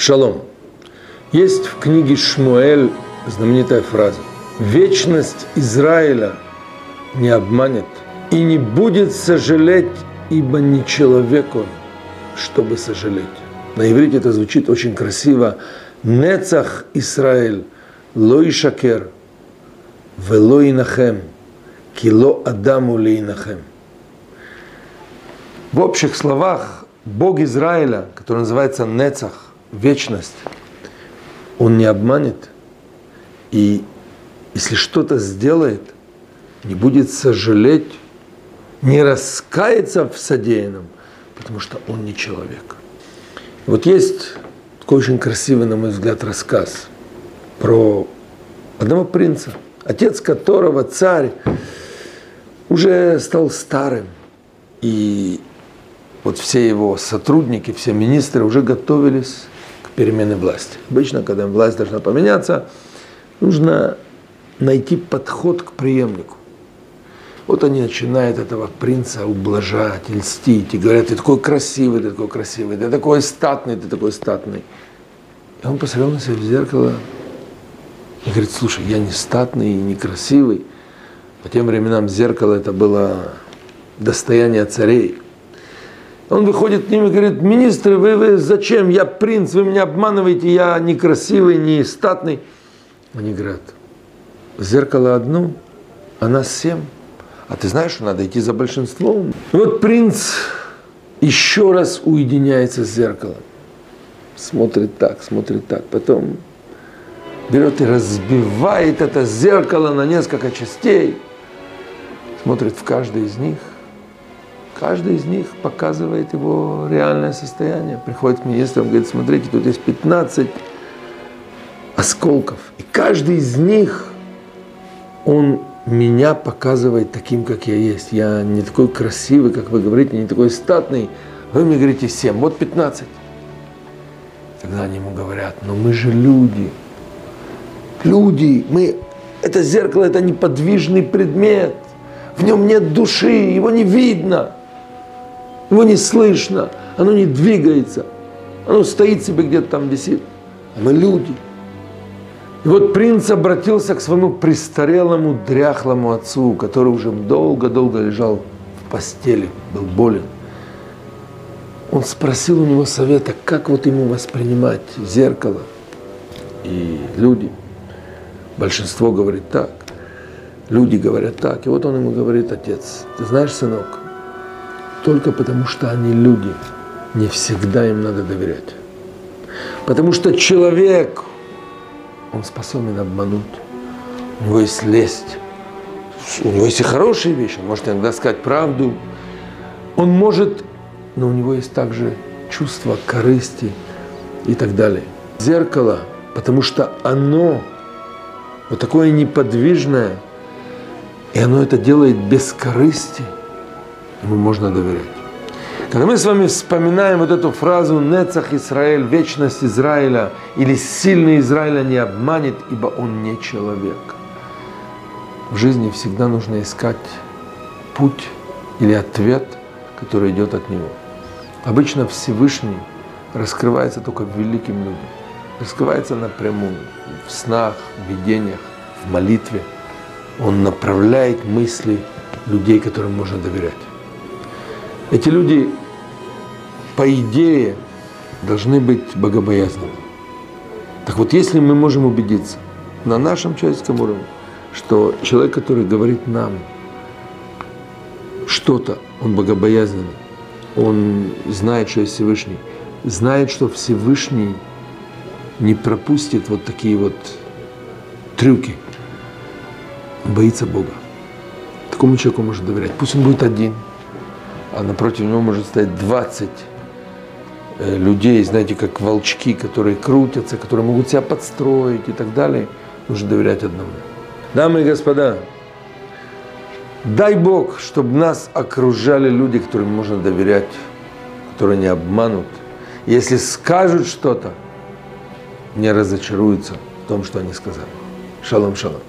Шалом. Есть в книге Шмуэль знаменитая фраза: «Вечность Израиля не обманет и не будет сожалеть, ибо не человек он, чтобы сожалеть». На иврите это звучит очень красиво. «Нецах Исраэль ло ишакер, вело инахем, кило адаму ле инахем». В общих словах, Бог Израиля, который называется Нецах, вечность, Он не обманет, и если что-то сделает, не будет сожалеть, не раскаяться в содеянном, потому что Он не человек. И вот есть такой очень красивый, на мой взгляд, рассказ про одного принца, отец которого, царь, уже стал старым, и вот все его сотрудники, все министры уже готовились к перемене власти. Обычно, когда власть должна поменяться, нужно найти подход к преемнику. Вот они начинают этого принца ублажать, льстить, и говорят: ты такой красивый, ты такой красивый, ты такой статный, ты такой статный. И он посмотрел на себя в зеркало и говорит: слушай, я не статный и не красивый. По тем временам зеркало это было достояние царей. Он выходит к ним и говорит: министры, вы зачем? Я принц, вы меня обманываете, я не красивый, не статный. Они говорят: зеркало одно, а нас 7. А ты знаешь, что надо идти за большинством. И вот принц еще раз уединяется с зеркалом. Смотрит так, потом берет и разбивает это зеркало на несколько частей. Смотрит в каждый из них. Каждый из них показывает его реальное состояние. Приходит к министрам, говорит: смотрите, тут есть 15 осколков. И каждый из них, он меня показывает таким, как я есть. Я не такой красивый, как вы говорите, не такой статный. Вы мне говорите 7, вот 15. Тогда они ему говорят: но мы же люди. Люди, это зеркало, это неподвижный предмет. В нем нет души, его не видно. Его не слышно, оно не двигается, оно стоит себе где-то там висит. А мы люди. И вот принц обратился к своему престарелому, дряхлому отцу, который уже долго-долго лежал в постели, был болен. Он спросил у него совета, как вот ему воспринимать зеркало и люди. Большинство говорит так, люди говорят так. И вот он ему говорит: отец, ты знаешь, сынок, только потому что они люди, не всегда им надо доверять. Потому что человек, он способен обмануть. У него есть лесть. У него есть и хорошие вещи. Он может иногда сказать правду. Он может, но у него есть также чувство корысти и так далее. Зеркало, потому что оно вот такое неподвижное, и оно это делает без корысти. Ему можно доверять. Когда мы с вами вспоминаем вот эту фразу «Нецах Исраэль», «Вечность Израиля» или «Сильный Израиля не обманет, ибо он не человек». В жизни всегда нужно искать путь или ответ, который идет от него. Обычно Всевышний раскрывается только великим людям. Раскрывается напрямую, в снах, в видениях, в молитве. Он направляет мысли людей, которым можно доверять. Эти люди, по идее, должны быть богобоязненными. Так вот, если мы можем убедиться на нашем человеческом уровне, что человек, который говорит нам что-то, он богобоязненный, он знает, что есть Всевышний, знает, что Всевышний не пропустит вот такие вот трюки, он боится Бога. Такому человеку можно доверять. Пусть он будет один, а напротив него может стоять 20 людей, знаете, как волчки, которые крутятся, которые могут себя подстроить и так далее. Нужно доверять одному. Дамы и господа, дай Бог, чтобы нас окружали люди, которым можно доверять, которые не обманут. Если скажут что-то, не разочаруются в том, что они сказали. Шалом, шалом.